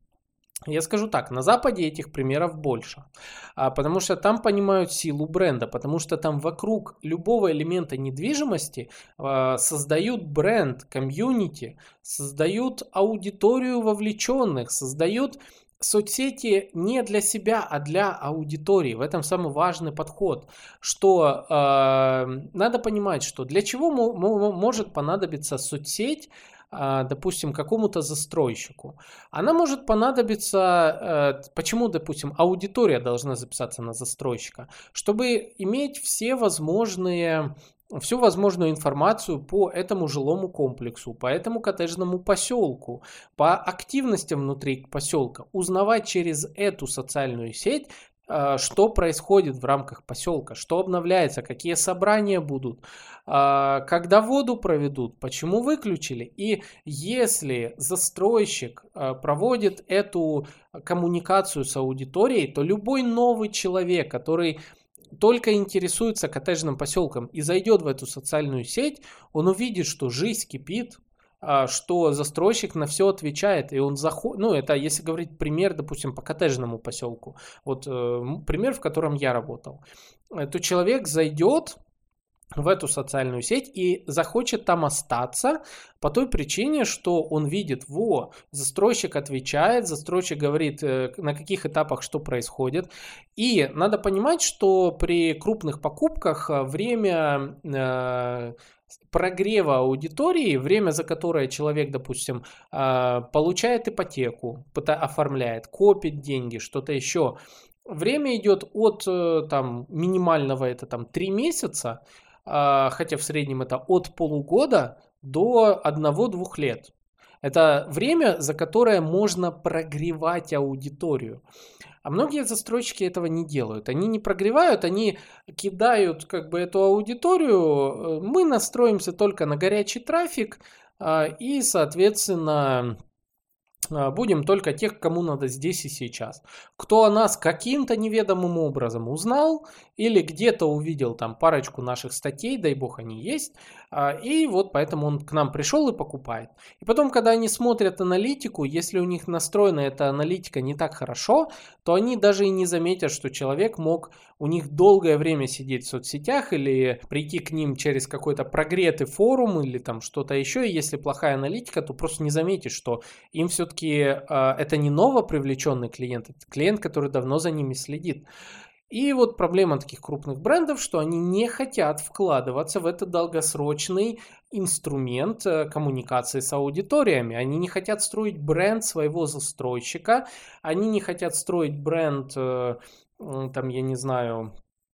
Я скажу так, на Западе этих примеров больше, а, потому что там понимают силу бренда, потому что там вокруг любого элемента недвижимости а, создают бренд, комьюнити, создают аудиторию вовлеченных, создают соцсети не для себя, а для аудитории. В этом самый важный подход, что э, надо понимать, что для чего мо- мо- может понадобиться соцсеть, а, допустим, какому-то застройщику. Она может понадобиться, э, почему, допустим, аудитория должна записаться на застройщика, чтобы иметь все возможные, всю возможную информацию по этому жилому комплексу, по этому коттеджному поселку, по активностям внутри поселка, узнавать через эту социальную сеть, э, что происходит в рамках поселка, что обновляется, какие собрания будут, а, когда воду проведут, почему выключили. И если застройщик а, проводит эту коммуникацию с аудиторией, то любой новый человек, который только интересуется коттеджным поселком и зайдет в эту социальную сеть, он увидит, что жизнь кипит, а, что застройщик на все отвечает, и он заходит, ну это если говорить пример, допустим, по коттеджному поселку, вот э, м, пример, в котором я работал, э, то человек зайдет в эту социальную сеть и захочет там остаться по той причине, что он видит, во, застройщик отвечает, застройщик говорит, э, на каких этапах что происходит. И надо понимать, что при крупных покупках э, время э, прогрева аудитории, время, за которое человек, допустим, э, получает ипотеку, пыта- оформляет, копит деньги, что-то еще, время идет от э, там, минимального, это там три месяца, а, хотя в среднем это от полугода до одного-двух лет. Это время, за которое можно прогревать аудиторию. А многие застройщики этого не делают. Они не прогревают, они кидают как бы эту аудиторию. Мы настроимся только на горячий трафик а, и, соответственно, а, будем только тех, кому надо здесь и сейчас. Кто о нас каким-то неведомым образом узнал или где-то увидел там парочку наших статей, дай бог они есть, И вот поэтому он к нам пришел и покупает. И потом, когда они смотрят аналитику, если у них настроена эта аналитика не так хорошо, то они даже и не заметят, что человек мог у них долгое время сидеть в соцсетях или прийти к ним через какой-то прогретый форум или там что-то еще. И если плохая аналитика, то просто не заметишь, что им все-таки э, это не новопривлеченный клиент, это клиент, который давно за ними следит. И вот проблема таких крупных брендов, что они не хотят вкладываться в этот долгосрочный инструмент коммуникации с аудиториями. Они не хотят строить бренд своего застройщика, они не хотят строить бренд, там, я не знаю,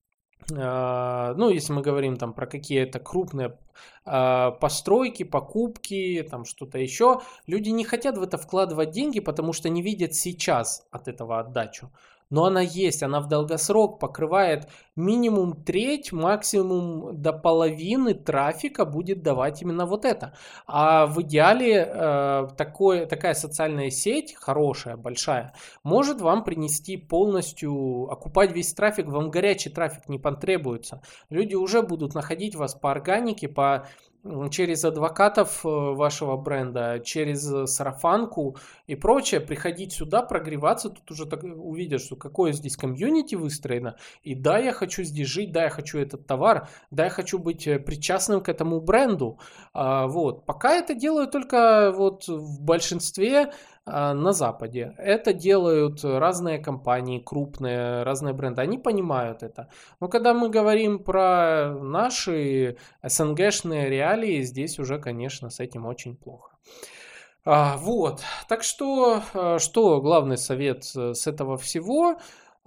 ну, если мы говорим там про какие-то крупные постройки, покупки, там что-то еще, люди не хотят в это вкладывать деньги, потому что не видят сейчас от этого отдачу. Но она есть, она в долгосрок покрывает минимум треть, максимум до половины трафика будет давать именно вот это. А в идеале э, такое, такая социальная сеть, хорошая, большая, может вам принести полностью, окупать весь трафик, вам горячий трафик не потребуется. Люди уже будут находить вас по органике, по через адвокатов вашего бренда, через сарафанку и прочее, приходить сюда, прогреваться, тут уже так увидят, что какое здесь комьюнити выстроено, и да, я хочу здесь жить, да, я хочу этот товар, да, я хочу быть причастным к этому бренду. Вот. Пока это делают только вот в большинстве на Западе. Это делают разные компании, крупные, разные бренды. Они понимают это. Но когда мы говорим про наши СНГшные реалии, здесь уже, конечно, с этим очень плохо. А, вот. Так что, что главный совет с этого всего?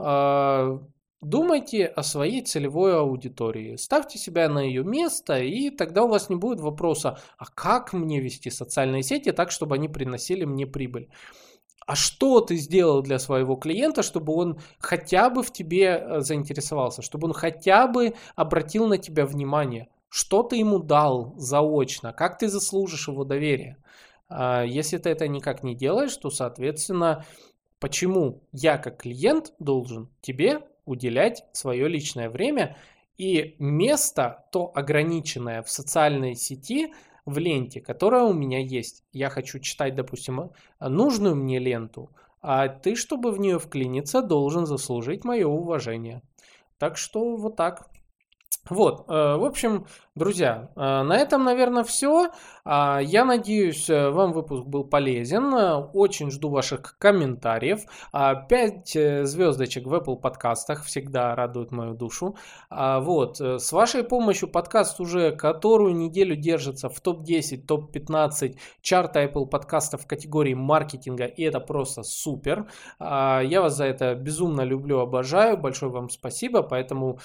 А, думайте о своей целевой аудитории, ставьте себя на ее место, и тогда у вас не будет вопроса, а как мне вести социальные сети так, чтобы они приносили мне прибыль? А что ты сделал для своего клиента, чтобы он хотя бы в тебе заинтересовался, чтобы он хотя бы обратил на тебя внимание? Что ты ему дал заочно? Как ты заслужишь его доверие? Если ты это никак не делаешь, то, соответственно, почему я как клиент должен тебе уделять свое личное время и место, то ограниченное в социальной сети, в ленте, которая у меня есть. Я хочу читать, допустим, нужную мне ленту, а ты, чтобы в нее вклиниться, должен заслужить мое уважение. Так что вот так. Вот, в общем, друзья, на этом, наверное, все. Я надеюсь, вам выпуск был полезен. Очень жду ваших комментариев. пять звездочек в Apple подкастах всегда радуют мою душу. Вот, с вашей помощью подкаст уже которую неделю держится в топ десять, топ пятнадцать чарта Apple подкастов в категории маркетинга, и это просто супер. Я вас за это безумно люблю, обожаю. Большое вам спасибо, поэтому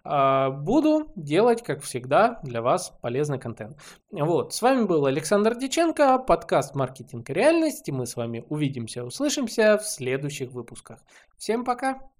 буду делать, как всегда, для вас полезный контент. Вот, с вами был Александр Дьяченко, подкаст «Маркетинг и реальность», и мы с вами увидимся, услышимся в следующих выпусках. Всем пока!